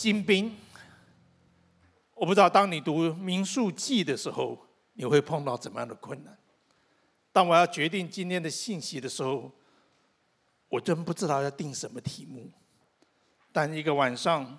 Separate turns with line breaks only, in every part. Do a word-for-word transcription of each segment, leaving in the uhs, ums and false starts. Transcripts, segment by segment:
精兵，我不知道当你读民数记的时候，你会碰到怎么样的困难。当我要决定今天的信息的时候，我真不知道要定什么题目。但一个晚上，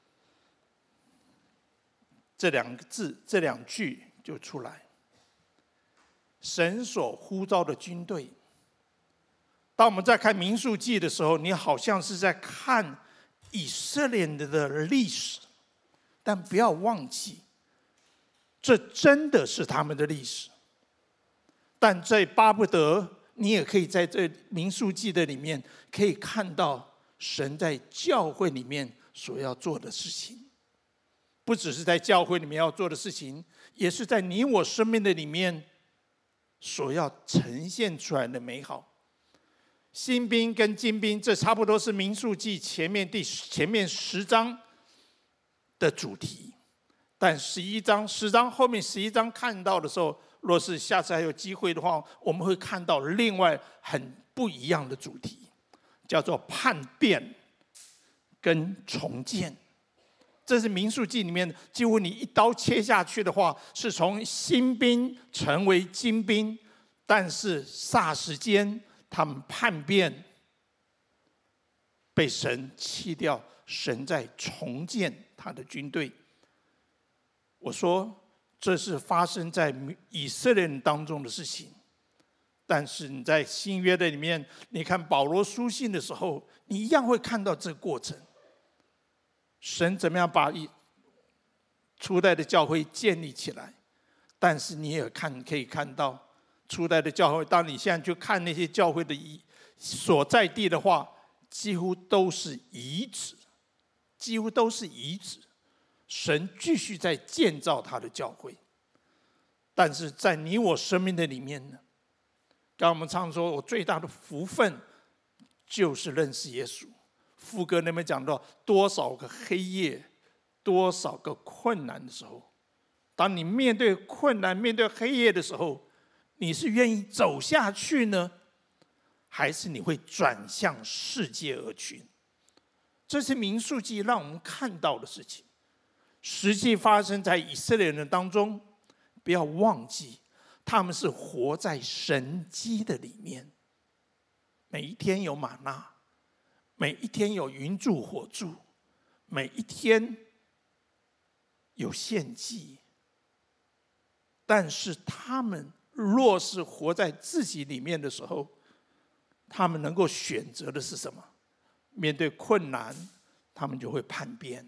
这两个字、这两句就出来：神所呼召的军队。当我们在看民数记的时候，你好像是在看以色列人的历史，但不要忘记，这真的是他们的历史。但在巴不得，你也可以在这民数记的里面，可以看到神在教会里面所要做的事情。不只是在教会里面要做的事情，也是在你我生命的里面所要呈现出来的美好。新兵跟精兵，这差不多是民数记前面第前面十章的主题。但十一章、十章后面十一章看到的时候，若是下次还有机会的话，我们会看到另外很不一样的主题，叫做叛变跟重建。这是民数记里面几乎你一刀切下去的话，是从新兵成为精兵，但是霎时间他们叛变，被神弃掉，神在重建他的军队。我说这是发生在以色列人当中的事情，但是你在新约的里面，你看保罗书信的时候，你一样会看到这个过程。神怎么样把初代的教会建立起来，但是你也看可以看到初代的教会，当你现在去看那些教会的所在地的话，几乎都是遗址，几乎都是遗址。神继续在建造他的教会，但是在你我生命的里面呢？刚刚我们常说，我最大的福分就是认识耶稣。副歌那边讲到多少个黑夜，多少个困难的时候，当你面对困难、面对黑夜的时候，你是愿意走下去呢，还是你会转向世界而去？这是民数记让我们看到的事情，实际发生在以色列人当中。不要忘记，他们是活在神迹的里面，每一天有玛纳，每一天有云柱火柱，每一天有献祭。但是他们若是活在自己里面的时候，他们能够选择的是什么？面对困难，他们就会叛变。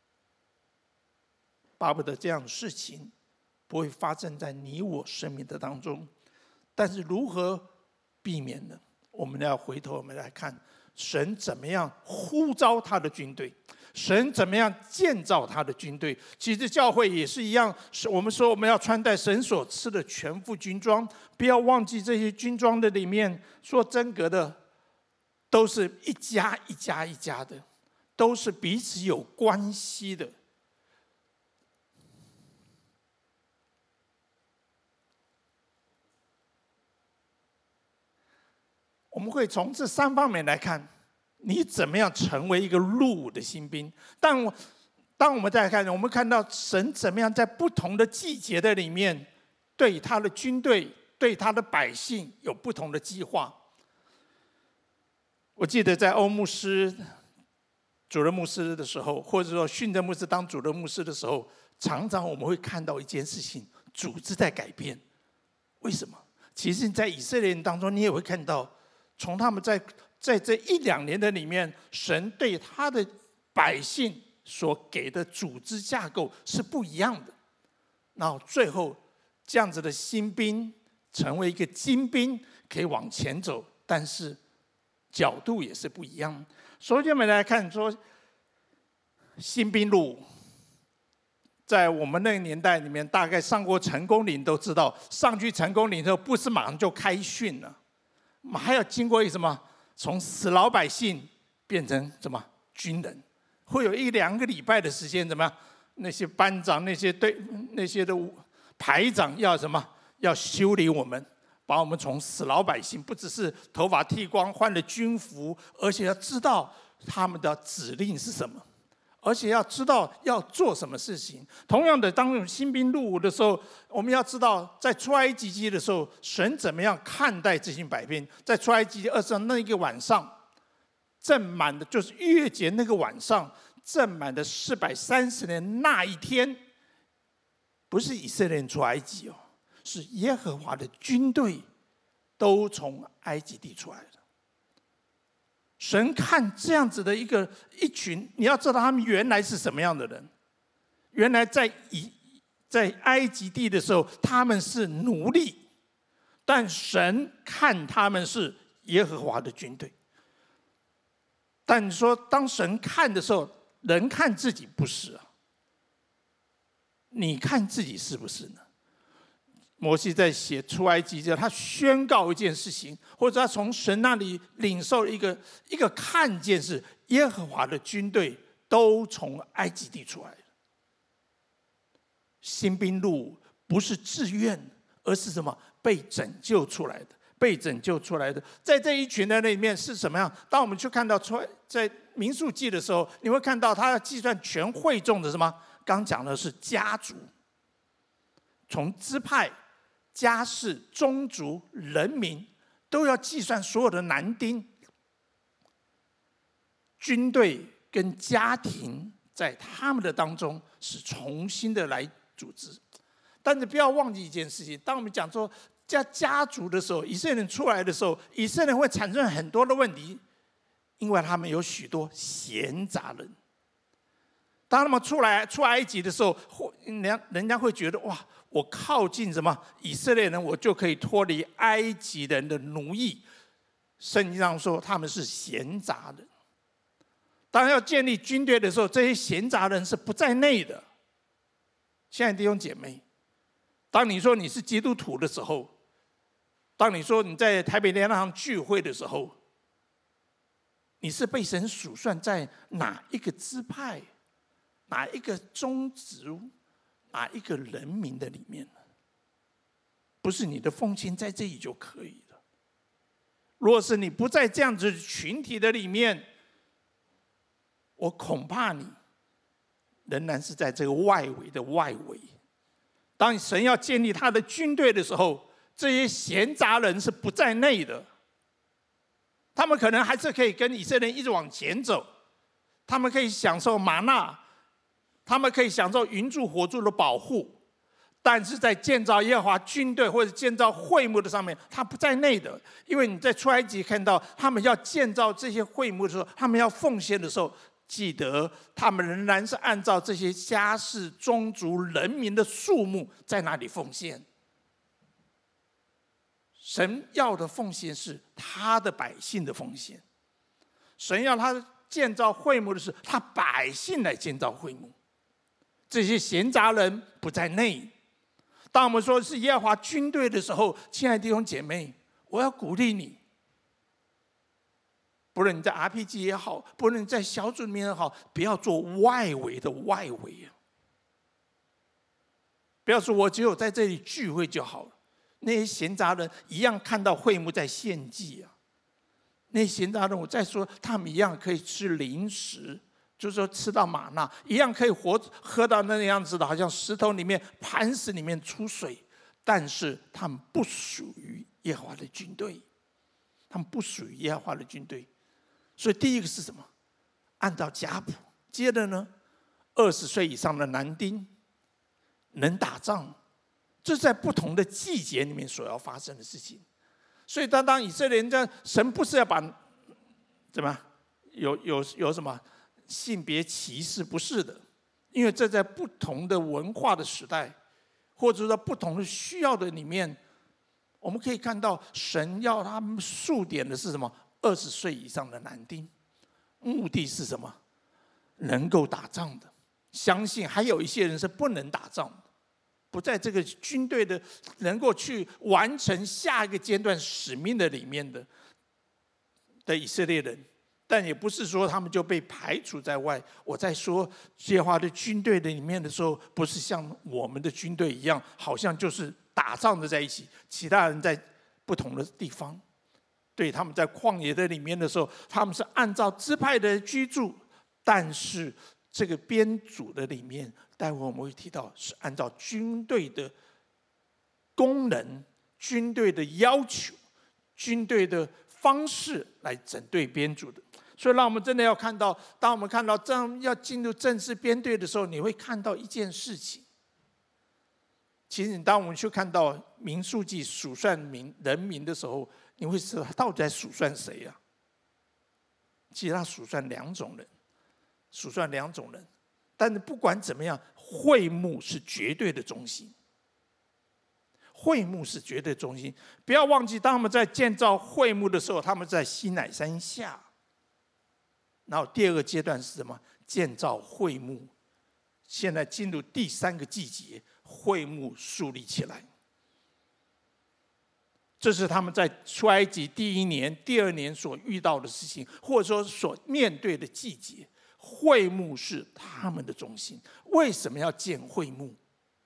巴不得这样的事情不会发生在你我生命的当中。但是如何避免呢？我们要回头我们来看神怎么样呼召他的军队，神怎么样建造他的军队。其实教会也是一样，我们说我们要穿戴神所赐的全副军装，不要忘记这些军装的里面说真格的都是一家一家一家的，都是彼此有关系的。我们会从这三方面来看，你怎么样成为一个入伍的新兵。但当我们再看，我们看到神怎么样在不同的季节的里面，对他的军队、对他的百姓有不同的计划。我记得在欧牧师、主任牧师的时候，或者说训正牧师当主任牧师的时候，常常我们会看到一件事情：组织在改变。为什么？其实，在以色列人当中，你也会看到。从他们在在这一两年的里面，神对他的百姓所给的组织架构是不一样的。然后最后这样子的新兵成为一个精兵，可以往前走，但是角度也是不一样。所以我们来看说，新兵入伍，在我们那个年代里面，大概上过成功岭都知道，上去成功岭之后，不是马上就开训了。还要经过一什么？从死老百姓变成什么军人，会有一两个礼拜的时间，怎么样？那些班长、那些队、那些的排长要什么？要修理我们，把我们从死老百姓，不只是头发剃光换了军服，而且要知道他们的指令是什么， 而且要知道要做什么事情。同样的，当新兵入伍的时候，我们要知道，在出埃及记的时候，神怎么样看待这群百姓。在出埃及记二十章那一个晚上，正满的就是逾越节那个晚上，正满的四百三十年那一天，不是以色列人出埃及哦，是耶和华的军队都从埃及地出来的。神看这样子的一个一群，你要知道他们原来是什么样的人。原来在以在埃及地的时候，他们是奴隶，但神看他们是耶和华的军队。但你说，当神看的时候，人看自己不是啊？你看自己是不是呢？摩西在写出埃及记，他宣告一件事情，或者他从神那里领受一个一个看见，是耶和华的军队都从埃及地出来的。新兵入伍不是自愿，而是什么？被拯救出来的，被拯救出来的。在这一群人里面是什么样？当我们去看到出在民数记的时候，你会看到他要计算全会众的什么？刚讲的是家族，从支派、家世、宗族、人民，都要计算所有的男丁。军队跟家庭在他们的当中是重新的来组织。但是不要忘记一件事情，当我们讲说家家族的时候，以色列人出来的时候，以色列人会产生很多的问题，因为他们有许多闲杂人。当他们出来出埃及的时候，人家人家会觉得哇，我靠近什么以色列人，我就可以脱离埃及人的奴役。圣经上说他们是闲杂人。当要建立军队的时候，这些闲杂人是不在内的。亲爱的弟兄姐妹，当你说你是基督徒的时候，当你说你在台北联合堂聚会的时候，你是被神数算在哪一个支派、哪一个宗族、哪一个人民的里面呢？不是你的奉献在这里就可以了。若是你不在这样子群体的里面，我恐怕你仍然是在这个外围的外围。当神要建立他的军队的时候，这些闲杂人是不在内的。他们可能还是可以跟以色列人一直往前走，他们可以享受玛纳，他们可以享受云柱火柱的保护，但是在建造耶和华军队或者建造会幕的上面，他不在内的。因为你在出埃及看到他们要建造这些会幕的时候，他们要奉献的时候，记得他们仍然是按照这些家世、宗族、人民的数目在那里奉献。神要的奉献是他的百姓的奉献，神要他建造会幕的是他百姓来建造会幕，这些闲杂人不在内。当我们说是耶和华军队的时候，亲爱的弟兄姐妹，我要鼓励你，不论你在 R P G 也好，不论你在小组里面也好，不要做外围的外围啊！不要说我只有在这里聚会就好了。那些闲杂人一样看到会幕在献祭啊，那些闲杂人我再说，他们一样可以吃零食，就是说吃到玛纳，一样可以活喝到那个样子的，好像石头里面、磐石里面出水，但是他们不属于耶和华的军队，他们不属于耶和华的军队。所以第一个是什么？按照家谱。接着呢，二十岁以上的男丁能打仗。这是在不同的季节里面所要发生的事情。所以当当以色列人这样，神不是要把怎么有有有什么性别歧视，不是的，因为这在不同的文化的时代，或者说不同的需要的里面，我们可以看到神要他们数点的是什么？二十岁以上的男丁，目的是什么？能够打仗的。相信还有一些人是不能打仗的，不在这个军队的能够去完成下一个阶段使命的里面的的以色列人，但也不是说他们就被排除在外。我在说耶和华的军队的里面的时候，不是像我们的军队一样，好像就是打仗的在一起，其他人在不同的地方。对，他们在旷野的里面的时候，他们是按照支派的居住，但是这个编组的里面，待会我们会提到是按照军队的功能、军队的要求、军队的方式来整队编组的。所以让我们真的要看到，当我们看到这样要进入正式编队的时候，你会看到一件事情。其实当我们去看到民数记数算民人民的时候，你会知道他到底在数算谁啊？其实他数算两种人，数算两种人。但是不管怎么样，会幕是绝对的中心。会幕是绝对中心。不要忘记，当他们在建造会幕的时候，他们在西乃山下。然后第二个阶段是什么？建造会幕。现在进入第三个季节，会幕树立起来。这是他们在出埃及第一年、第二年所遇到的事情，或者说所面对的季节。会幕是他们的中心。为什么要建会幕？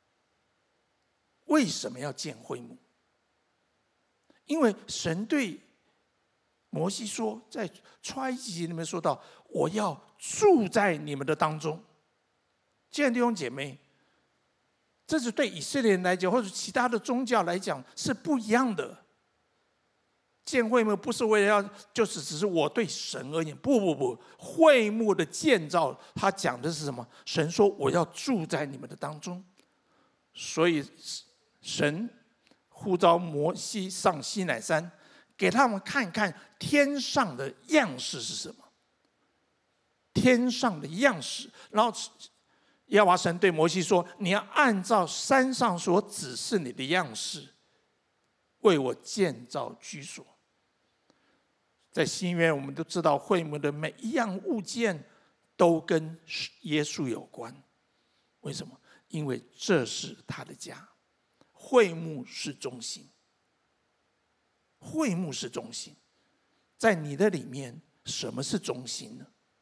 为什么要建会幕？因为神对摩西说，在出埃及记里面说到，我要住在你们的当中。亲爱的弟兄姐妹，这是对以色列人来讲，或者其他的宗教来讲是不一样的。建会幕不是为了要，就是只是我对神而言，不不不，会幕的建造，他讲的是什么？神说我要住在你们的当中，所以神呼召摩西上西乃山，给他们看看天上的样式是什么。天上的样式，然后耶和华神对摩西说：“你要按照山上所指示你的样式，为我建造居所。”在新约，我们都知道会幕的每一样物件都跟耶稣有关。为什么？因为这是他的家，会幕是中心。会幕是中心，在你的里面，什么是中心呢？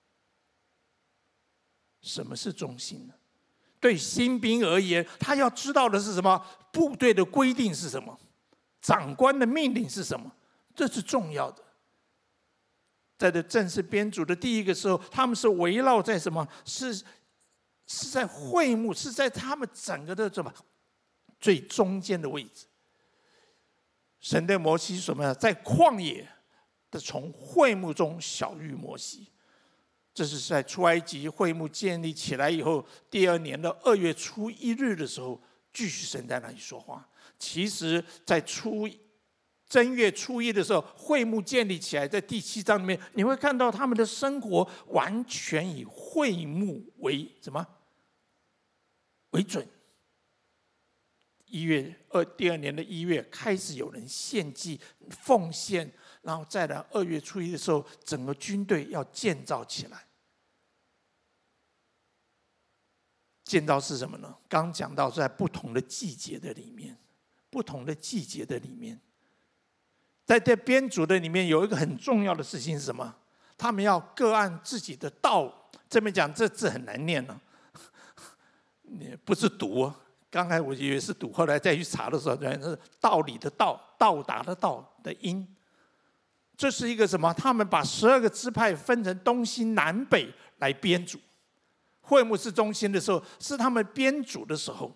什么是中心呢？对新兵而言，他要知道的是什么？部队的规定是什么？长官的命令是什么？这是重要的。在这正式编组的第一个时候，他们是围绕在什么？是是在会幕，是在他们整个的什么最中间的位置。神对摩西什么？在旷野的从会幕中晓谕摩西。这是在出埃及会幕建立起来以后，第二年的二月初一日的时候，继续神在那里说话。其实，在初正月初一的时候，会幕建立起来，在第七章里面，你会看到他们的生活完全以会幕为什么为准。一月二第二年的一月开始有人献祭奉献，然后再来二月初一的时候，整个军队要建造起来。建造是什么呢？刚讲到在不同的季节的里面，不同的季节的里面，在这编组的里面有一个很重要的事情是什么？他们要各按自己的道。这边讲这字很难念呢、啊，不是读。刚才我以为是读，后来再去查的时候，原来是道理的道，到达的道的音。这是一个什么？他们把十二个支派分成东西南北来编组。会幕是中心的时候，是他们编组的时候。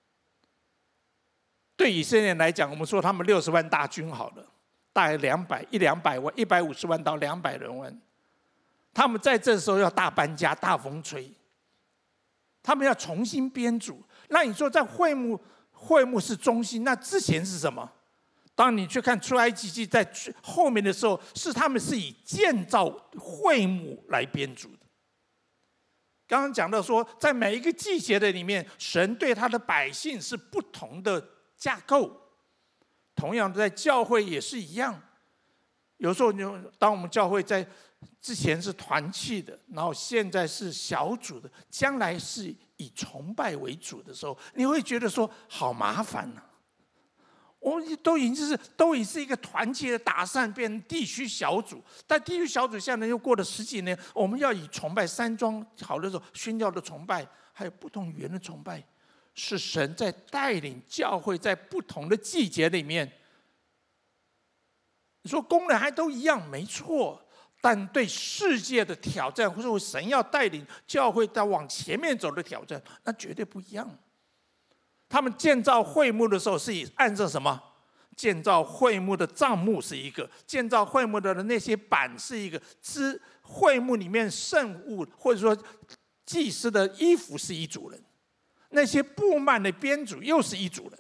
对以色列人来讲，我们说他们六十万大军好了，大概两百一两百万，一百五十万到两百人万。他们在这时候要大搬家、大风吹，他们要重新编组。那你说在会幕，会幕是中心，那之前是什么？当你去看出埃及记，在后面的时候，是他们是以建造会幕来编组的。刚刚讲到说，在每一个季节的里面，神对他的百姓是不同的架构。同样在教会也是一样。有时候，当我们教会在之前是团契的，然后现在是小组的，将来是以崇拜为主的时候，你会觉得说好麻烦呢、啊。我们都已经是都已是一个团契的打散，变成地区小组。但地区小组下来又过了十几年，我们要以崇拜山庄好的时候宣教的崇拜，还有不同语言的崇拜，是神在带领教会在不同的季节里面。你说工人还都一样，没错。 但对世界的挑战，或者神要带领教会在往前面走的挑战，那绝对不一样。他们建造会幕的时候，是以按照什么？建造会幕的帐幕是一个，建造会幕的那些板是一个，支会幕里面圣物或者说祭司的衣服是一组人，那些布幔的编组又是一组人。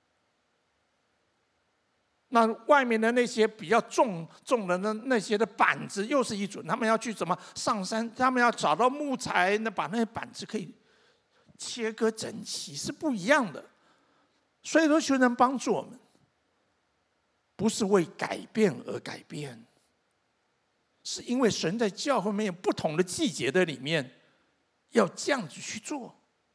那外面的那些比较重重的那那些的板子又是一组，他们要去怎么上山？他们要找到木材，那把那些板子可以切割整齐，是不一样的。所以说，求神帮助我们，不是为改变而改变，是因为神在教会里面有不同的季节的里面，要这样子去做。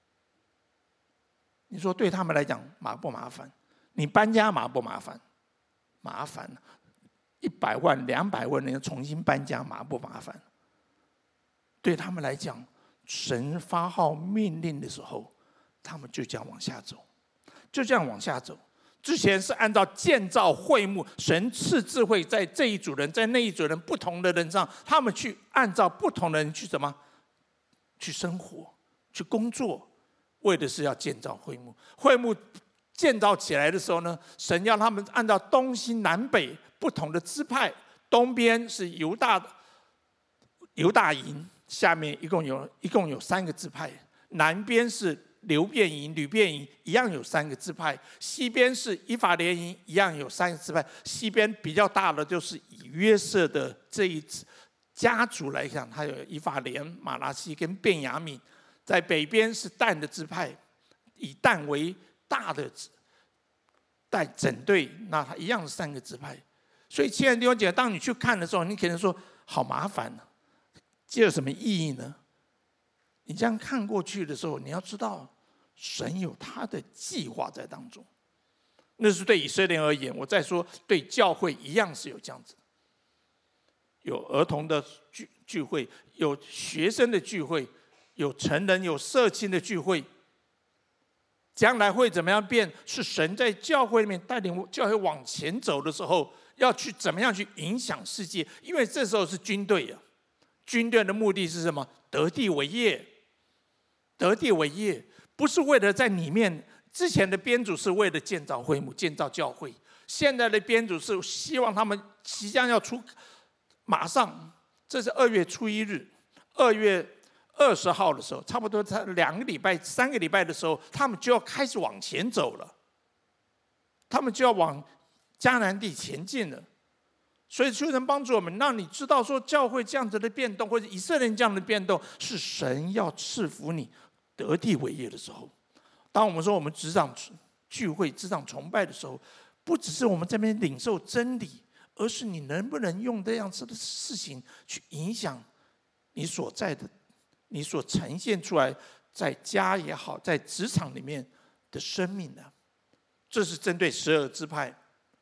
你说对他们来讲麻不麻烦？你搬家麻不麻烦？麻烦，一百万、两百万人重新搬家，麻不麻烦？对他们来讲，神发号命令的时候，他们就这样往下走，就这样往下走。之前是按照建造会幕，神赐智慧在这一组人，在那一组人不同的人上，他们去按照不同的人去什么？去生活，去工作，为的是要建造会幕。会幕建造起来的时候呢，神要他们按照东西南北不同的支派，东边是犹大犹大营，下面一共有一共有三个支派；南边是流便营、吕便营，一样有三个支派；西边是以法莲营，一样有三个支派。西边比较大的就是以约瑟的这一家族来讲，他有以法莲、马拿西跟便雅悯；在北边是但的支派，以但为大的带整队，那他一样是三个支派。所以亲爱的弟兄姐妹，当你去看的时候，你可能说好麻烦啊，这有什么意义呢？你这样看过去的时候，你要知道神有他的计划在当中。那是对以色列而言，我再说对教会一样是有这样子，有儿童的聚聚会，有学生的聚会，有成人有社青的聚会。将来会怎么样变？是神在教会里面带领教会往前走的时候，要去怎么样去影响世界？因为这时候是军队啊，军队的目的是什么？得地为业，得地为业，不是为了在里面。之前的编组是为了建造会幕、建造教会，现在的编组是希望他们即将要出，马上，这是二月初一日，二月二十号的时候，差不多在两个礼拜、三个礼拜的时候，他们就要开始往前走了，他们就要往迦南地前进了。所以求神帮助我们，让你知道说，教会这样子的变动，或者以色列这样的变动，是神要赐福你得地为业的时候。当我们说我们职场聚会、职场崇拜的时候，不只是我们这边领受真理，而是你能不能用这样子的事情去影响你所在的。你所呈现出来，在家也好，在职场里面的生命呢？这是针对十二支派，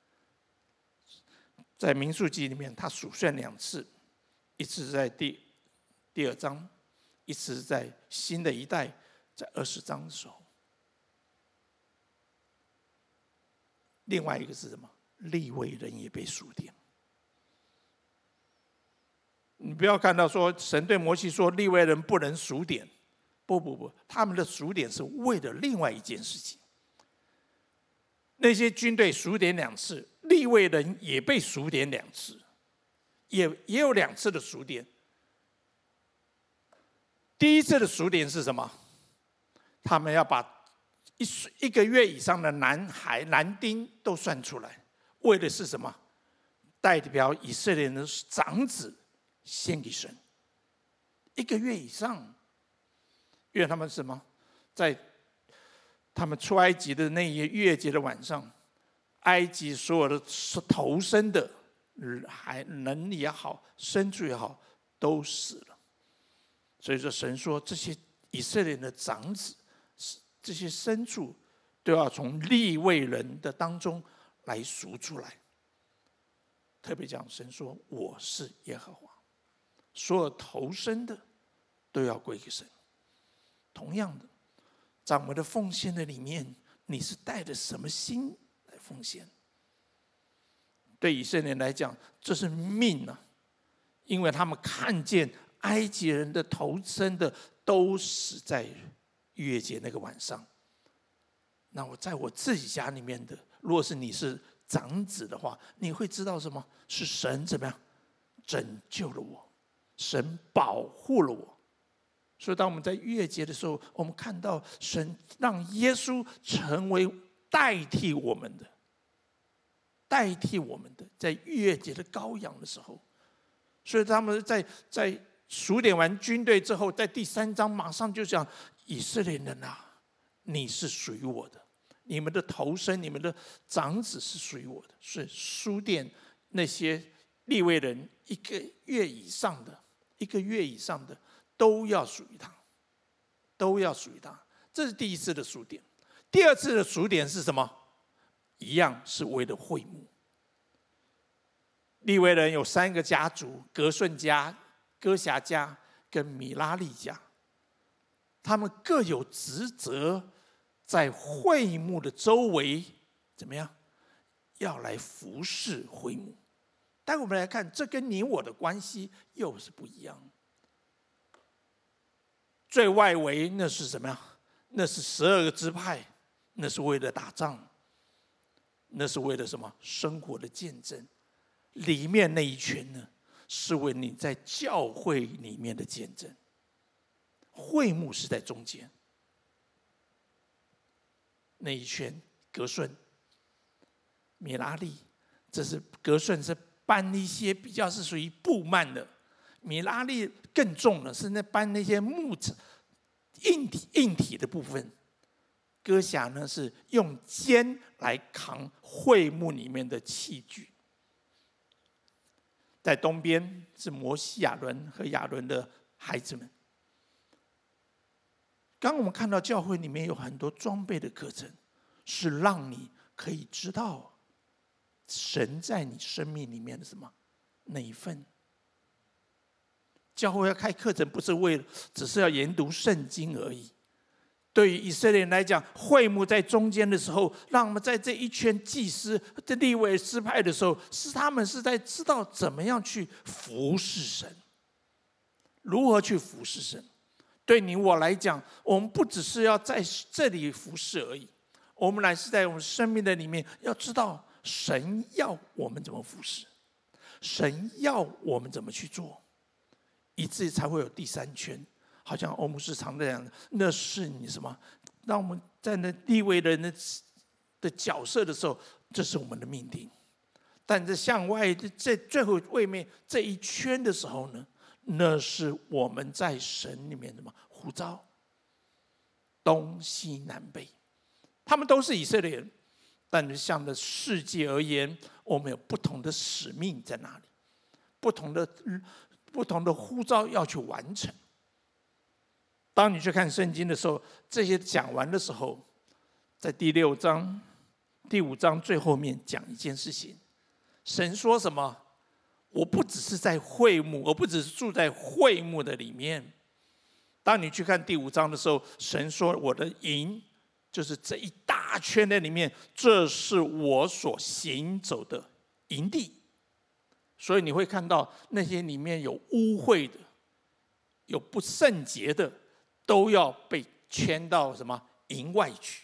在民数记里面，他数算两次，一次是在第第二章，一次是在新的一代，在二十章的时候。另外一个是什么？利未人也被数点。你不要看到说神对摩西说利未人不能数点，不不不，他们的数点是为了另外一件事情。那些军队数点两次，利未人也被数点两次，也也有两次的数点。第一次的数点是什么？他们要把一一个月以上的男孩男丁都算出来，为的是什么？代表以色列人的长子献给神，一个月以上，因为他们什么，在他们出埃及的那一逾越节的晚上，埃及所有的头生的还人也好，牲畜也好，都死了。所以说，神说这些以色列人的长子，这些牲畜都要从利未人的当中来赎出来。特别讲，神说我是耶和华。所有投生的都要归给神。同样的，在我们的奉献的里面，你是带着什么心来奉献？对以色列人来讲，这是命啊！ 因为他们看见埃及人的头生的都死在逾越节那个晚上。那我在我自己家里面的，如果是你是长子的话，你会知道什么？是神怎么样拯救了我，神保护了我。所以当我们在逾越节的时候，我们看到神让耶稣成为代替我们的，代替我们的，在逾越节的羔羊的时候。所以他们在在数点完军队之后，在第三章马上就讲，以色列人啊，你是属于我的，你们的头生，你们的长子是属于我的。是数点那些利未人一个月以上的，一个月以上的都要属于他，都要属于他。这是第一次的数点。第二次的数点是什么？一样是为了会幕。利未人有三个家族：革顺家、哥辖家跟米拉利家。他们各有职责，在会幕的周围怎么样？要来服侍会幕。待会我们来看，这跟你我的关系又是不一样。最外围那是什么样？那是十二个支派，那是为了打仗，那是为了什么？生活的见证。里面那一圈呢，是为你在教会里面的见证。会幕是在中间，那一圈革顺、米拉利，这是革顺是搬一些比较是属于布幔的，米拉利更重了，是那搬那些木硬体硬体的部分。哥辖呢是用肩来扛会幕里面的器具。在东边是摩西、亚伦和亚伦的孩子们。刚刚我们看到教会里面有很多装备的课程，是让你可以知道神在你生命里面的什么那一份。教会要开课程，不是为了只是要研读圣经而已。对于以色列人来讲，会幕在中间的时候，让我们在这一圈祭司的利未支派的时候，是他们是在知道怎么样去服侍神，如何去服侍神。对你我来讲，我们不只是要在这里服侍而已，我们乃是在我们生命的里面，要知道神要我们怎么服侍，神要我们怎么去做，以至于才会有第三圈。好像欧姆斯常这样的，那是你什么？让我们在那利未人的的角色的时候，这是我们的命定。但在向外在最后位面这一圈的时候呢，那是我们在神里面什么呼召？东西南北，他们都是以色列人，但是向着世界而言，我们有不同的使命在那里，不同的不同的呼召要去完成。当你去看圣经的时候，这些讲完的时候，在第六章、第五章最后面讲一件事情。神说什么？我不只是在会幕，我不只是住在会幕的里面。当你去看第五章的时候，神说我的营就是这一大圈的里面，这是我所行走的营地。所以你会看到那些里面有污秽的、有不圣洁的，都要被迁到什么营外去。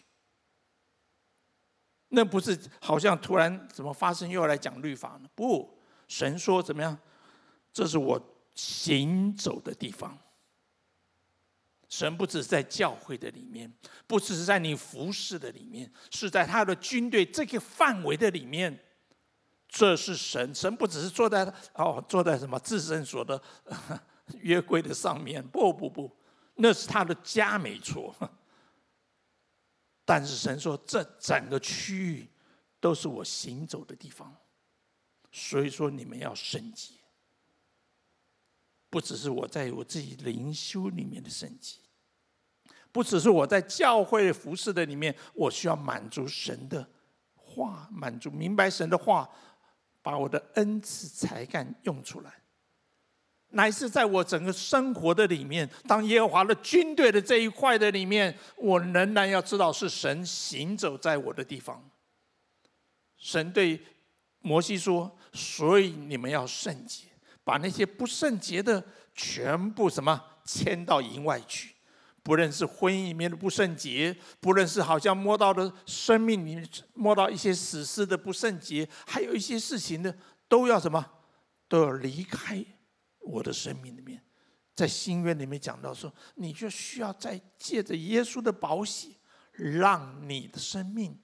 那不是好像突然怎么发生又要来讲律法呢？不，神说怎么样？这是我行走的地方。神不只是在教会的里面，不只是在你服侍的里面，是在他的军队这个范围的里面。这是神，神不只是坐在哦坐在什么至圣所的约柜的上面，不不不。那是他的家没错，但是神说这整个区域都是我行走的地方，所以说你们要圣洁，不只是我在我自己灵修里面的圣洁，不只是我在教会服侍的里面，我需要满足神的话，满足明白神的话，把我的恩赐才干用出来。乃是在我整个生活的里面，当耶和华的军队的这一块的里面，我仍然要知道是神行走在我的地方。神对摩西说：所以你们要圣洁， 把那些不圣洁的全部什么迁到营外去。不论是婚姻里面的不圣洁，不论是好像摸到的生命里面摸到一些死尸的不圣洁，还有一些事情呢，都要什么？都要离开我的生命里面。在新约里面讲到说，你就需要再借着耶稣的宝血，让你的生命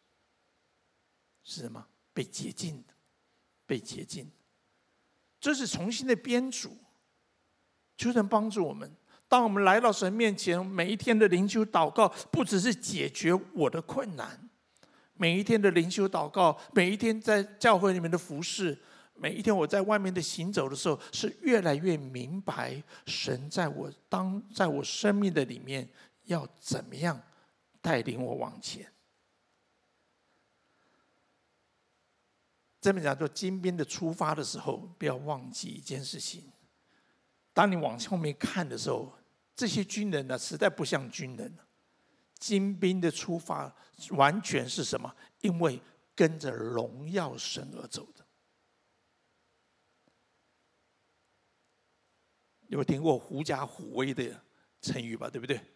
是什么？被洁净的，被洁净的。这是重新的编组，求神帮助我们。当我们来到神面前，每一天的灵修祷告，不只是解决我的困难，每一天的灵修祷告，每一天在教会里面的服事，每一天我在外面的行走的时候，是越来越明白神在我当在我生命的里面要怎么样带领我往前。这么讲，做金兵的出发的时候，不要忘记一件事情：当你往后面看的时候，这些军人呢，实在不像军人。金兵的出发完全是什么？因为跟着荣耀神而走的。有听过狐假虎威的成语吧？对不对？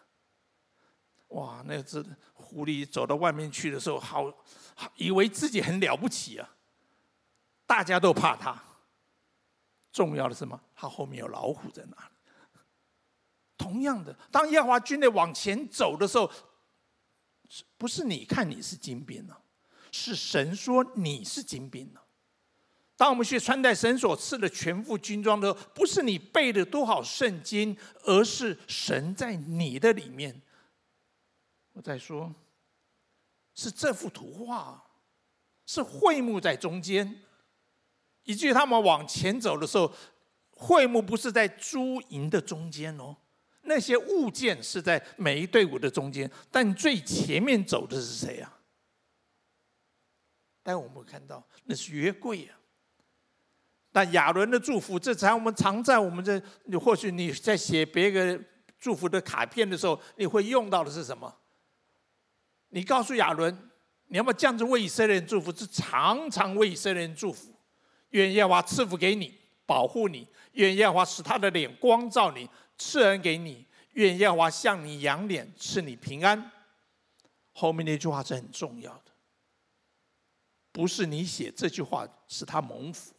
哇，那只狐狸走到外面去的时候，好，好以为自己很了不起啊，大家都怕他。重要的是什么？他后面有老虎在那里。同样的，当耶和华军队往前走的时候，不是你看你是精兵了，是神说你是精兵了。当我们去穿戴神所赐的全副军装的时候，不是你背的多少圣经，而是神在你的里面。我在说，是这幅图画，是会幕在中间，以至于他们往前走的时候，会幕不是在诸营的中间哦。那些物件是在每一队伍的中间，但最前面走的是谁啊？但我们看到那是约柜啊。但亚伦的祝福，这才我们常在我们这，或许你在写别个祝福的卡片的时候，你会用到的是什么？你告诉亚伦，你要不要这样子为以色列人祝福？是常常为以色列人祝福，愿耶和华赐福给你，保护你；愿耶和华使他的脸光照你，赐恩给你；愿耶和华向你扬脸，赐你平安。后面那句话是很重要的，不是你写这句话使他蒙福，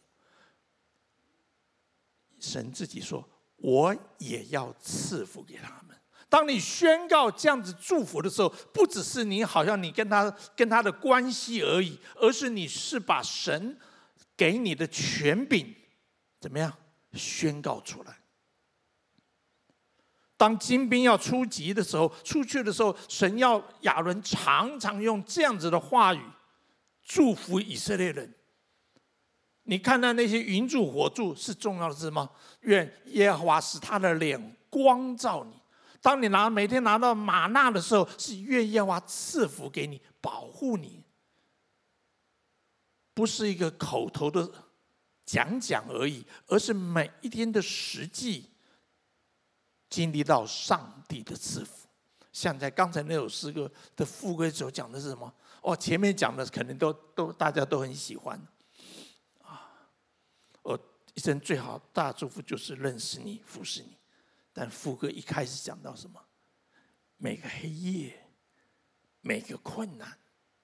神自己说，我也要赐福给他们。当你宣告这样子祝福的时候，不只是你好像你跟他跟他的关系而已，而是你是把神给你的权柄怎么样宣告出来。当金兵要出击的时候，出去的时候，神要亚伦常常用这样子的话语祝福以色列人。你看到那些云柱火柱是重要的事吗？愿耶和华使他的脸光照你。当你拿每天拿到玛纳的时候，是愿耶和华赐福给你，保护你，不是一个口头的讲讲而已，而是每一天的实际经历到上帝的赐福。像在刚才那首诗歌的副歌所讲的是什么？哦，前面讲的可能都都大家都很喜欢啊。我一生最好大祝福就是认识你，服侍你。但副歌一开始讲到什么？每个黑夜，每个困难，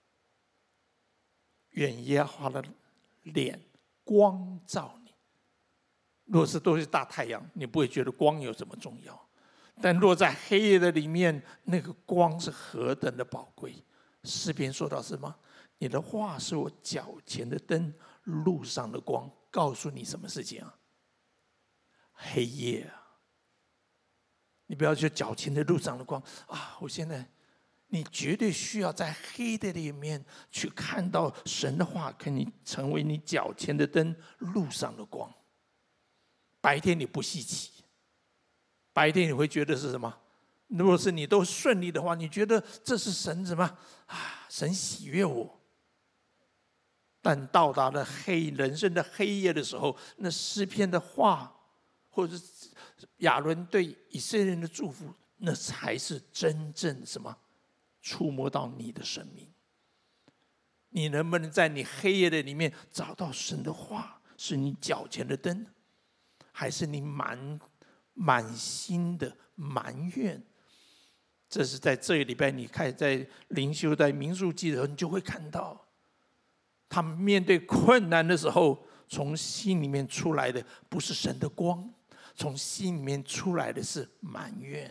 愿耶和华的脸光照你。若是都是大太阳，你不会觉得光有什么重要。但若在黑夜的里面，那个光是何等的宝贵。诗篇说到什么？你的话是我脚前的灯，路上的光。告诉你什么事情啊？黑夜啊！你不要去脚前的路上的光啊！我现在，你绝对需要在黑的里面去看到神的话，可以成为你脚前的灯，路上的光。白天你不稀奇，白天你会觉得是什么？如果是你都顺利的话，你觉得这是神什么啊？神喜悦我。但到达了黑人生的黑夜的时候，那诗篇的话，或者是亚伦对以色列人的祝福，那才是真正什么触摸到你的生命。你能不能在你黑夜的里面找到神的话， 是你脚前的灯，还是你满满心的埋怨？这是在这一礼拜，你看在灵修在民数记的时候，你就会看到，他们面对困难的时候，从心里面出来的不是神的光，从心里面出来的是埋怨，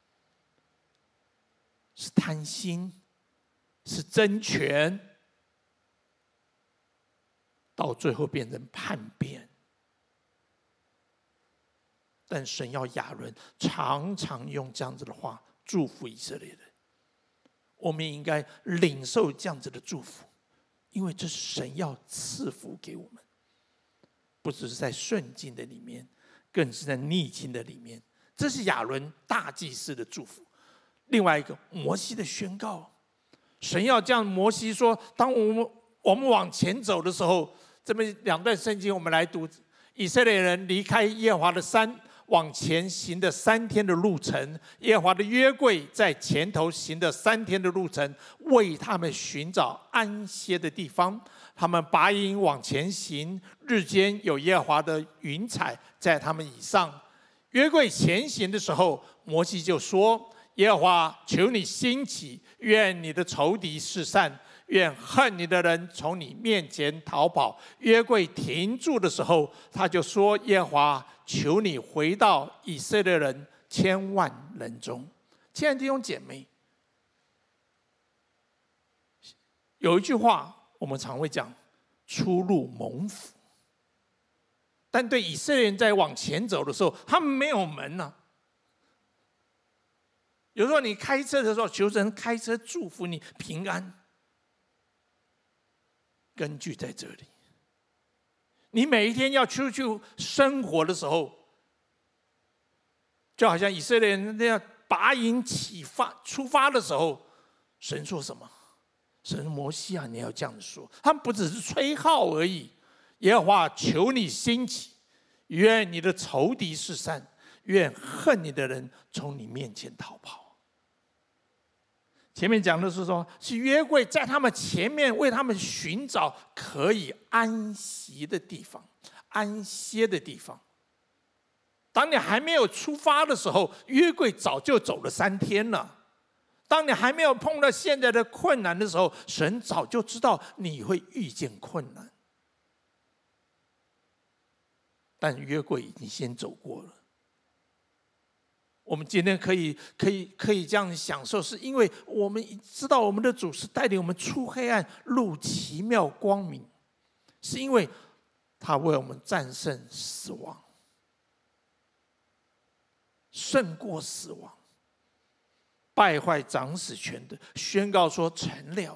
是贪心，是争权，到最后变成叛变。但神要亚伦常常用这样子的话祝福以色列人，我们应该领受这样子的祝福，因为这是神要赐福给我们，不只是在顺境的里面，更是在逆境的里面。这是亚伦大祭司的祝福。另外一个，摩西的宣告，神要这样，摩西说，当我们我们往前走的时候，这么两段圣经我们来读，以色列人离开耶和华的山，往前行的三天的路程，耶和华的约柜在前头行的三天的路程，为他们寻找安歇的地方。他们拔营往前行，日间有耶和华的云彩在他们以上。约柜前行的时候，摩西就说：耶和华，求你兴起，愿你的仇敌四散，愿恨你的人从你面前逃跑。约柜停住的时候，他就说：耶和华，求你回到以色列人千万人中。亲爱的弟兄姐妹，有一句话我们常会讲，出入蒙福。但对以色列人在往前走的时候，他们没有门啊。有时候你开车的时候，求神开车祝福你平安，根据在这里。你每一天要出去生活的时候，就好像以色列人那样拔营起发出发的时候，神说什么？神摩西啊，你要这样说。他们不只是吹号而已。耶和华，求你兴起，愿你的仇敌四散，愿恨你的人从你面前逃跑。前面讲的是说，是约柜在他们前面为他们寻找可以安息的地方，安歇的地方。当你还没有出发的时候，约柜早就走了三天了。当你还没有碰到现在的困难的时候，神早就知道你会遇见困难。但约柜已经先走过了。我们今天可以可以可以这样享受，是因为我们知道我们的主是带领我们出黑暗入奇妙光明，是因为他为我们战胜死亡，胜过死亡，败坏掌死权的，宣告说成了。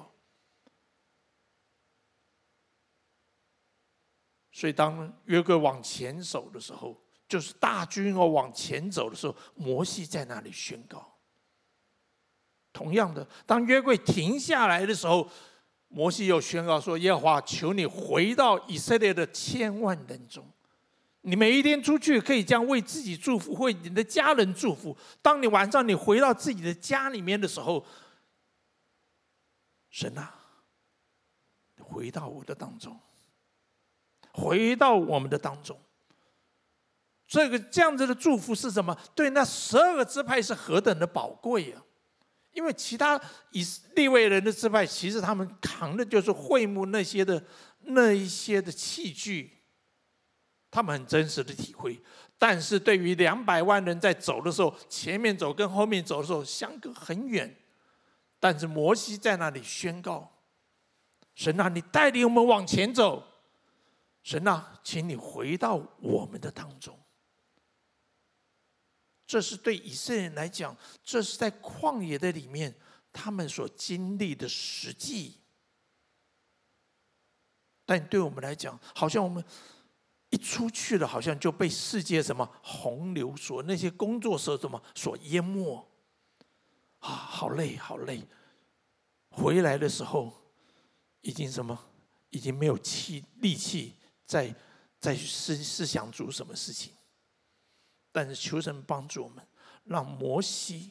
所以当约柜往前走的时候，就是大军哦往前走的时候，摩西在那里宣告。同样的，当约柜停下来的时候，摩西又宣告说：耶和华，求你回到以色列的千万人中。你每一天出去可以这样为自己祝福，为你的家人祝福。当你晚上你回到自己的家里面的时候，神啊，回到我的当中，回到我们的当中。这个这样子的祝福是什么？对那十二个支派是何等的宝贵啊！因为其他以利未人的支派，其实他们扛的就是会幕那些的那一些的器具，他们很真实的体会。但是对于两百万人在走的时候，前面走跟后面走的时候相隔很远。但是摩西在那里宣告：神啊，你带领我们往前走。神啊，请你回到我们的当中。这是对以色列人来讲，这是在旷野的里面他们所经历的实际。但对我们来讲，好像我们一出去了，好像就被世界什么洪流所那些工作所什么所淹没啊，好累好累。回来的时候，已经什么，已经没有气力气再再去思思想主什么事情。但是求神帮助我们，让摩西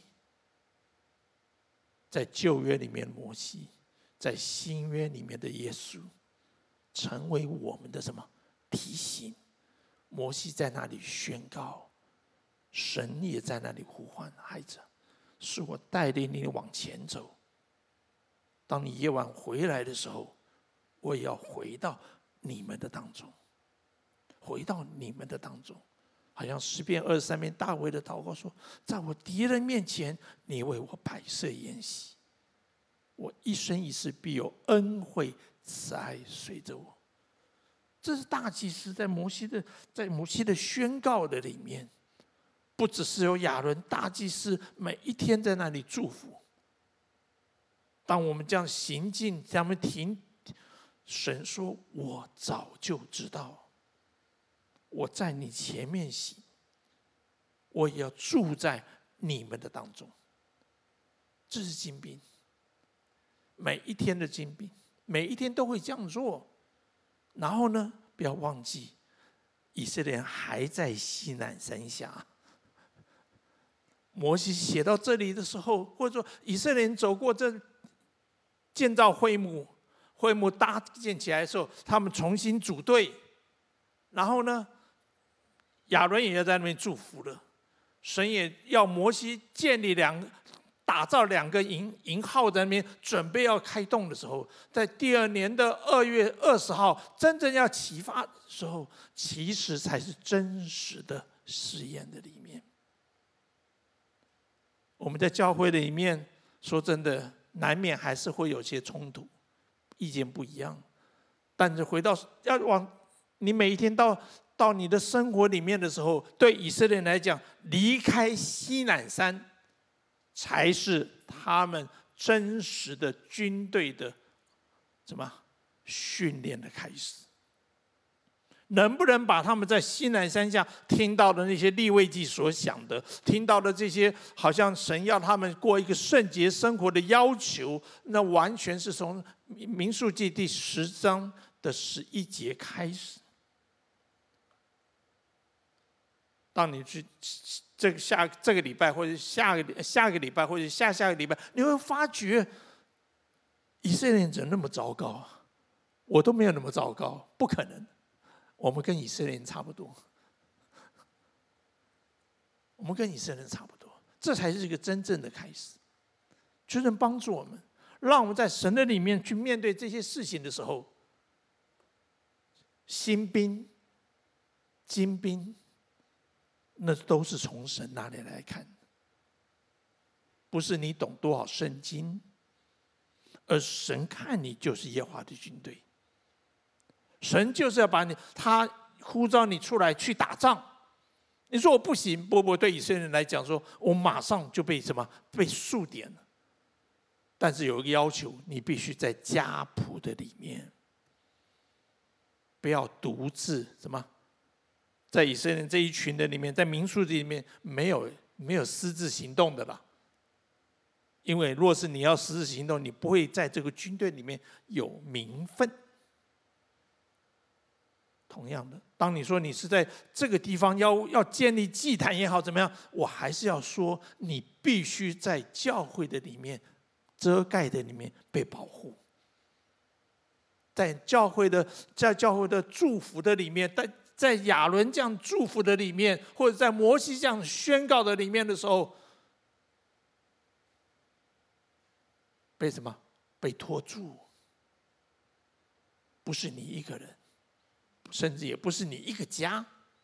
在旧约里面摩西，在新约里面的耶稣，成为我们的什么提醒，摩西在那里宣告，神也在那里呼唤孩子，是我带领你往前走。当你夜晚回来的时候，我也要回到你们的当中，回到你们的当中。好像诗篇二十三篇大卫的祷告说，在我敌人面前，你为我摆设筵席，我一生一世必有恩惠慈爱随着我。这是大祭司在摩西的在摩西的宣告的里面，不只是有亚伦大祭司每一天在那里祝福。当我们这样行进，他们停，神说：“我早就知道，我在你前面行，我也要住在你们的当中。”这是精兵，每一天的精兵，每一天都会这样做。然后呢，不要忘记，以色列人还在西乃山下。摩西写到这里的时候，或者说以色列人走过这建造会幕，会幕搭建起来的时候，他们重新组队，然后呢，亚伦也要在那边祝福了。神也要摩西建立两个。打造两个营营号在那边准备要开动的时候，在第二年的二月二十号，真正要起发的时候，其实才是真实的试验的里面。我们在教会的里面，说真的，难免还是会有些冲突，意见不一样。但是回到要往你每一天到到你的生活里面的时候，对以色列人来讲，离开西乃山。才是他们真实的军队的什么训练的开始。能不能把他们在西乃山下听到的那些利未记所想的，听到的这些好像神要他们过一个圣洁生活的要求，那完全是从民数记第十章的十一节开始。当你去这个下这个礼拜，或者下个下个礼拜，或者下下个礼拜，你会发觉以色列人怎么那么糟糕啊？我都没有那么糟糕，不可能。我们跟以色列人差不多，我们跟以色列人差不多，这才是一个真正的开始。就能帮助我们，让我们在神的里面去面对这些事情的时候，新兵、精兵。那都是从神那里来看，不是你懂多少圣经，而神看你就是耶和华的军队。神就是要把你，他呼召你出来去打仗。你说我不行，不不，对以色列人来讲说，我马上就被什么被数点了。但是有一个要求，你必须在家谱的里面，不要独自什么。在以色列这一群的里面，在民数记里面没有没有私自行动的啦。因为若是你要私自行动，你不会在这个军队里面有名分。同样的，当你说你是在这个地方要要建立祭坛也好，怎么样，我还是要说，你必须在教会的里面遮盖的里面被保护。在教会的在教会的祝福的里面，在在亚伦这样祝福的里面，或者在摩西这样宣告的里面的时候，被什么？被拖住。不是你一个人，甚至也不是你一个家，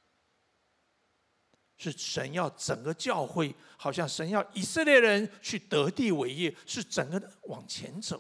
是神要整个教会，好像神要以色列人去得地为业，是整个的往前走。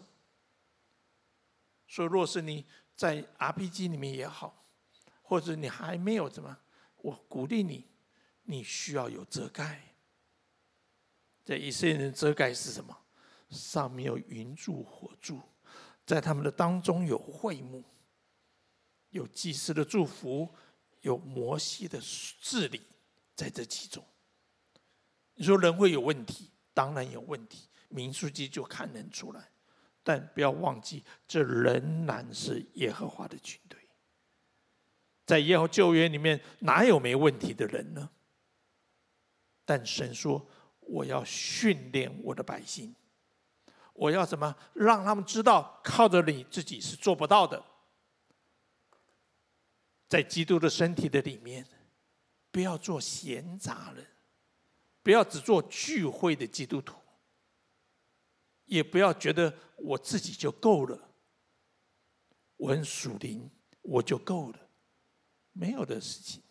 所以，若是你在 R P G 里面也好，或者你还没有怎么，我鼓励你，你需要有遮盖。在以色列人的遮盖是什么？上面有云柱火柱，在他们的当中有会幕，有祭司的祝福，有摩西的治理，在这其中。你说人会有问题，当然有问题，民数记就看得出来。但不要忘记，这仍然是耶和华的军队。在耶和华旧约里面，哪有没问题的人呢？但神说：“我要训练我的百姓，我要怎么让他们知道，靠着你自己是做不到的。” 在基督的身体的里面，不要做闲杂人，不要只做聚会的基督徒，也不要觉得我自己就够了，我很属灵我就够了，没有的事情。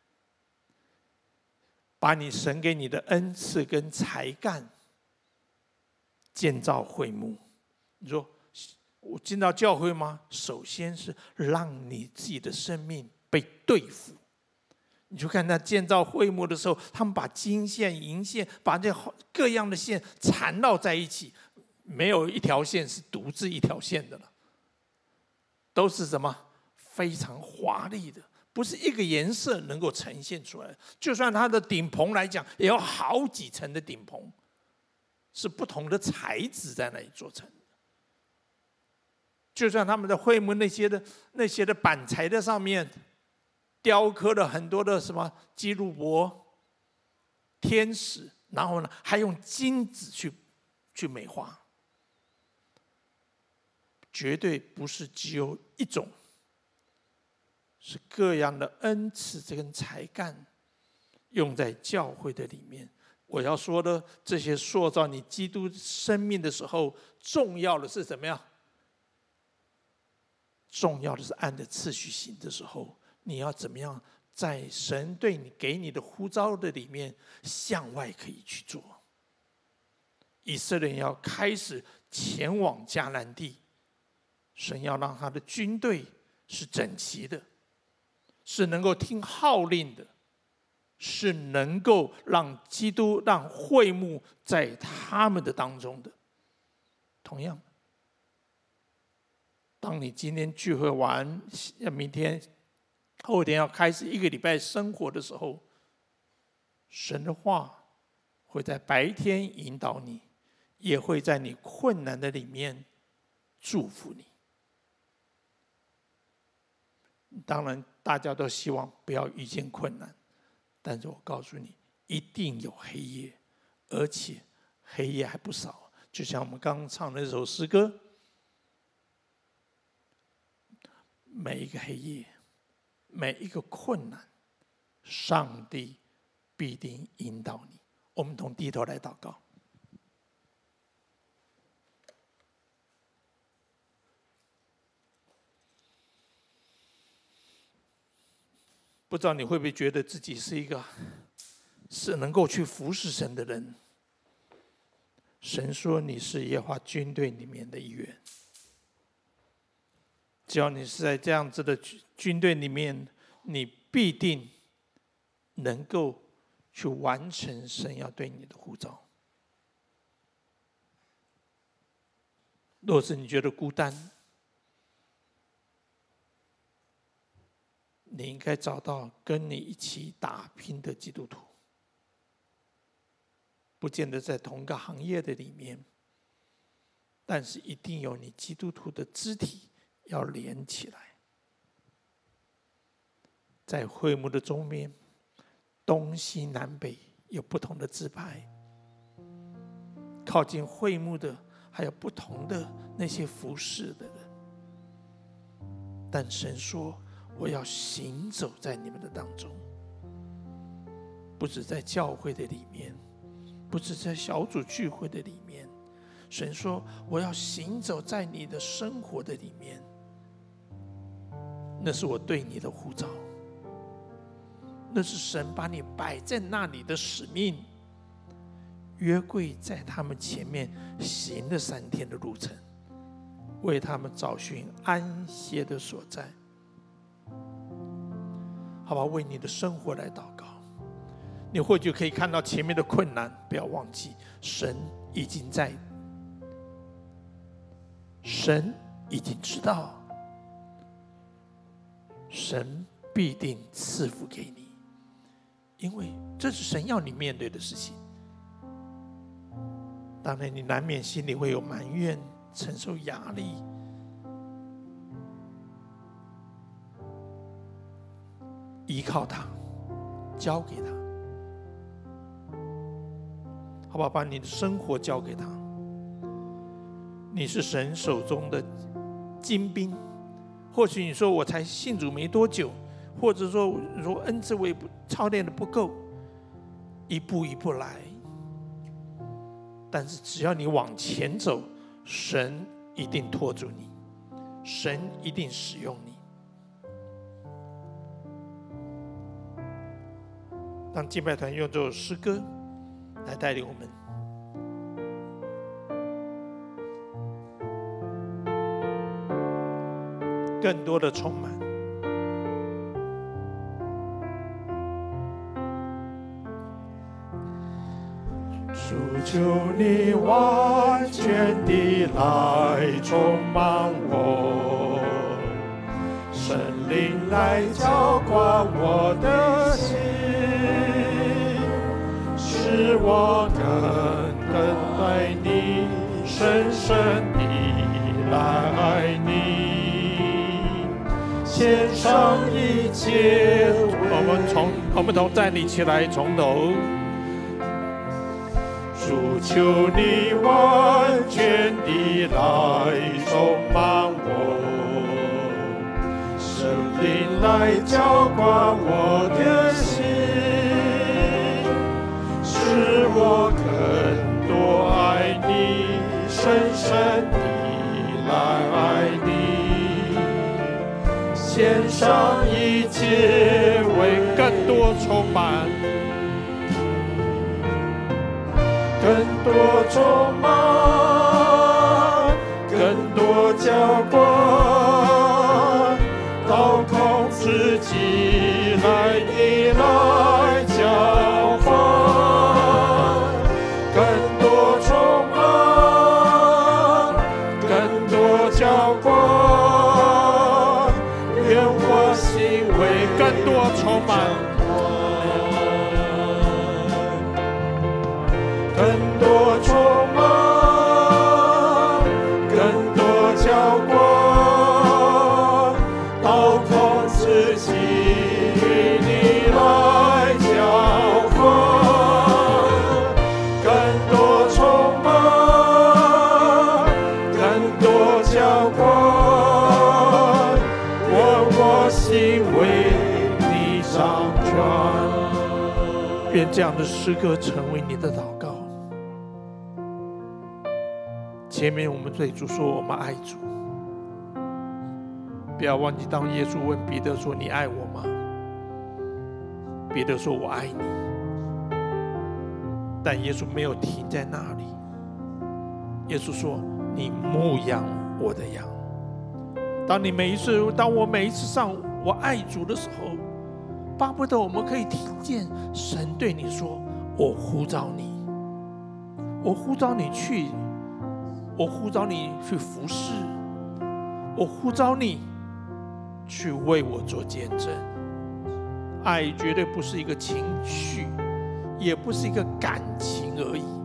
把你神给你的恩赐跟才干建造会幕。你说我进到教会吗？首先是让你自己的生命被对付。你去看他建造会幕的时候，他们把金线、银线，把这各样的线缠绕在一起，没有一条线是独自一条线的了，都是什么非常华丽的，不是一个颜色能够呈现出来。就算它的顶棚来讲，也有好几层的顶棚，是不同的材质在那里做成的。就算他们的会幕那些的那些的板材的上面，雕刻了很多的什么基路伯、天使，然后呢，还用金子去去美化，绝对不是只有一种，是各样的恩赐这跟才干用在教会的里面。我要说的这些塑造你基督生命的时候，重要的是怎么样？重要的是按着次序行的时候，你要怎么样在神对你给你的呼召的里面向外可以去做。以色列人要开始前往迦南地，神要让他的军队是整齐的，是能够听号令的，是能够让基督让会幕在他们的当中的。同样，当你今天聚会完，明天后天要开始一个礼拜生活的时候，神的话会在白天引导你，也会在你困难的里面祝福你。当然大家都希望不要遇见困难，但是我告诉你，一定有黑夜，而且黑夜还不少。就像我们刚刚唱的那首诗歌，每一个黑夜，每一个困难，上帝必定引导你。我们同低头来祷告。不知道你会不会觉得自己是一个是能够去服侍神的人？神说你是耶和华军队里面的一员。只要你是在这样子的军队里面，你必定能够去完成神要对你的呼召。若是你觉得孤单，你应该找到跟你一起打拼的基督徒，不见得在同个行业的里面，但是一定有你基督徒的肢体要连起来。在会幕的中面，东西南北有不同的支派，靠近会幕的还有不同的那些服侍的人。但神说，我要行走在你们的当中，不止在教会的里面，不止在小组聚会的里面。神说，我要行走在你的生活的里面，那是我对你的呼召，那是神把你摆在那里的使命。约柜在他们前面行了三天的路程，为他们找寻安歇的所在。好吧，为你的生活来祷告。你或许可以看到前面的困难，不要忘记，神已经在，神已经知道，神必定赐福给你，因为这是神要你面对的事情。当然，你难免心里会有埋怨，承受压力。依靠他，交给他，好不好？把你的生活交给他。你是神手中的精兵。或许你说我才信主没多久， 或者说如恩赐我也不操练的不够，一步一步来。但是只要你往前走，神一定拖住你，神一定使用你。让敬拜团用这首诗歌来带领我们，更多的充满。
主求你完全地来充满我，圣灵来浇灌我的心，使我更更爱你，深深地来爱你，献上一切。
我们从我们同站立起来，从头。
主求你完全地来充满我，圣灵来浇灌我的心，使我更多爱你，深深地来爱你，献上一切为
更多充满，
更多充满，更多浇灌，到空自己来你来浇灌，更多充满，更多浇灌，愿我心为
更多充满。
更多充满，更多浇灌，到空自己与你来浇灌，更多充满，更多浇灌，我我心为你掌权。
愿这样的诗歌成为你的祷告。前面我们对主说我们爱主，不要忘记当耶稣问彼得说你爱我吗？彼得说我爱你，但耶稣没有停在那里。耶稣说你牧养我的羊。当你每一次当我每一次上我爱主的时候，巴不得我们可以听见神对你说我呼召你，我呼召你去，我呼召你去服侍，我呼召你去为我做见证。爱绝对不是一个情绪，也不是一个感情而已。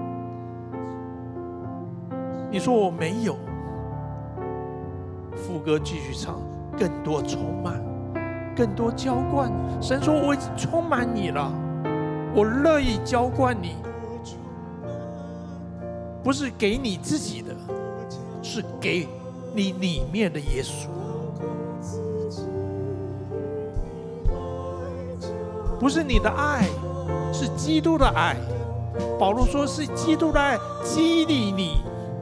你说我没有，副歌继续唱，更多充满，更多浇灌。神说我已经充满你了，我乐意浇灌你，不是给你自己的，是给你里面的耶稣。不是你的爱，是基督的爱。保罗说是基督的爱激励你，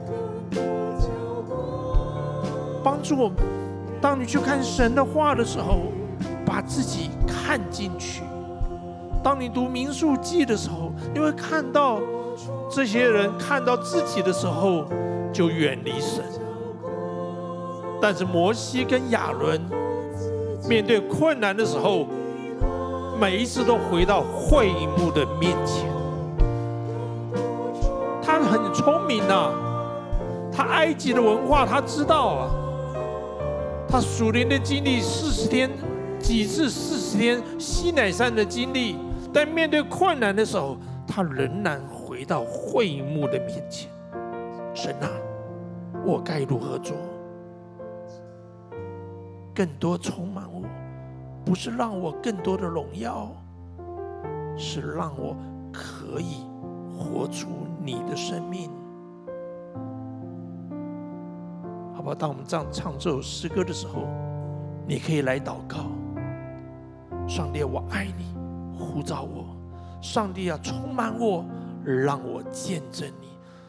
帮助我们。当你去看神的话的时候，把自己看进去。当你读民数记的时候，你会看到这些人看到自己的时候就远离神，但是摩西跟亚伦面对困难的时候，每一次都回到会幕的面前。他很聪明啊，他埃及的文化他知道啊，他属灵的经历四十天几次四十天西乃山的经历，但面对困难的时候，他仍然回到会幕的面前。神啊，我该如何做？更多充满我，不是让我更多的荣耀，是让我可以活出你的生命。好不好？当我们这样唱这首诗歌的时候，你可以来祷告， 上帝，我爱你，呼召我。上帝啊，充满我，让我见证你。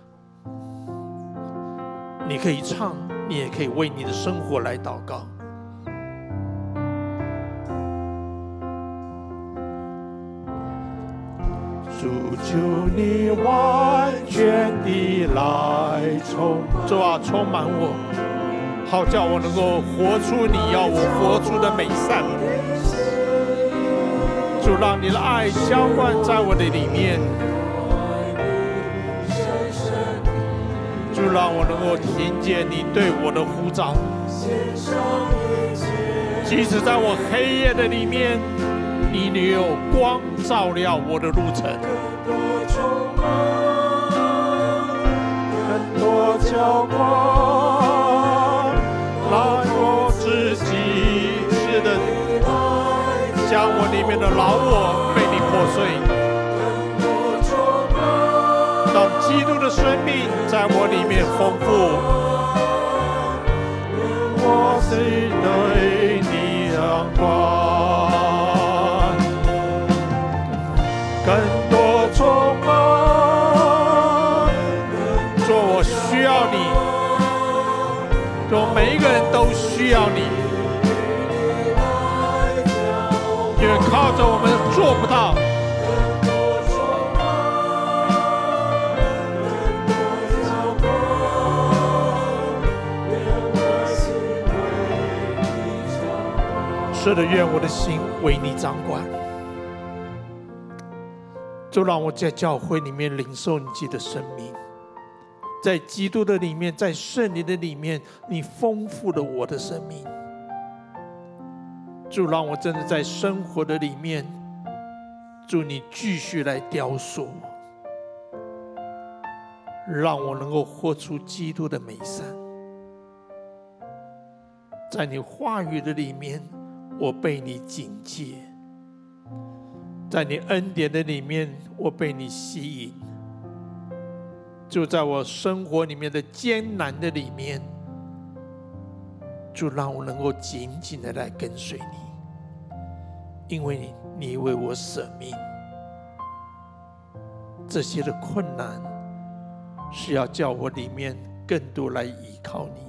你可以唱，你也可以为你的生活来祷告。
主，求你完全地来充满，
主啊，充满我，好叫我能够活出你要我活出的美善。主，让你的爱浇灌在我的里面。主，让我能够听见你对我的呼召。即使在我黑夜的里面，你留有光照亮我的路程。
更多浇灌，让我自己
是的，将我里面的老我被你破碎。让基督的生命在我里面丰富。
我是对你仰望，更多充满。
主，我需要你，主，每一个人都需要你，因为靠着我们做不到。是的，愿我的心为你掌管。就让我在教会里面领受你自己的生命，在基督的里面，在圣灵的里面，你丰富了我的生命。主，让我真的在生活的里面，主你继续来雕塑我，让我能够活出基督的美善。在你话语的里面，我被你警戒，在你恩典的里面，我被你吸引。就在我生活里面的艰难的里面，就让我能够紧紧的来跟随你，因为你为我舍命。这些的困难是要叫我里面更多来依靠你。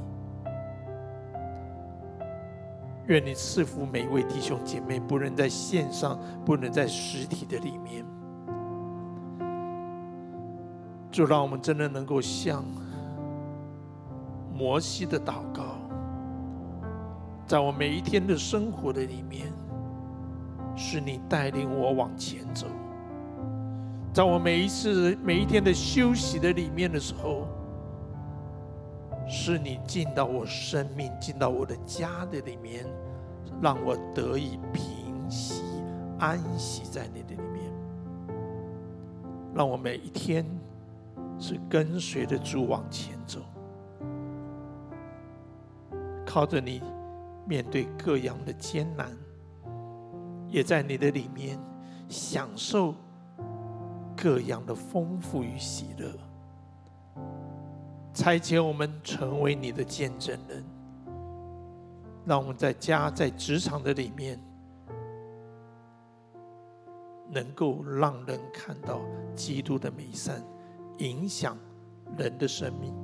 愿你赐福每一位弟兄姐妹，不论在线上，不论在实体的里面，就让我们真的能够像摩西的祷告，在我每一天的生活的里面，是你带领我往前走；在我每一次每一天的休息的里面的时候，是你进到我生命，进到我的家的里面，让我得以平息安息在你的里面。让我每一天是跟随着主往前走，靠着你面对各样的艰难，也在你的里面享受各样的丰富与喜乐。差遣我们成为你的见证人，让我们在家在职场的里面，能够让人看到基督的美善，影响人的生命。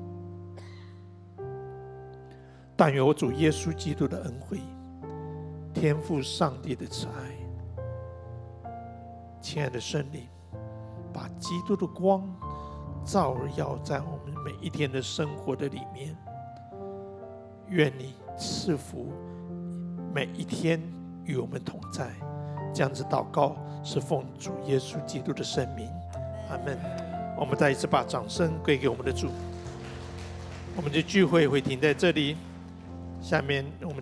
但愿我主耶稣基督的恩惠，天父上帝的慈爱，亲爱的圣灵，把基督的光照耀在我们每一天的生活的里面。愿你赐福每一天与我们同在。这样子祷告是奉主耶稣基督的圣名，阿们。我们再一次把掌声归给我们的主。我们的聚会会停在这里，下面我们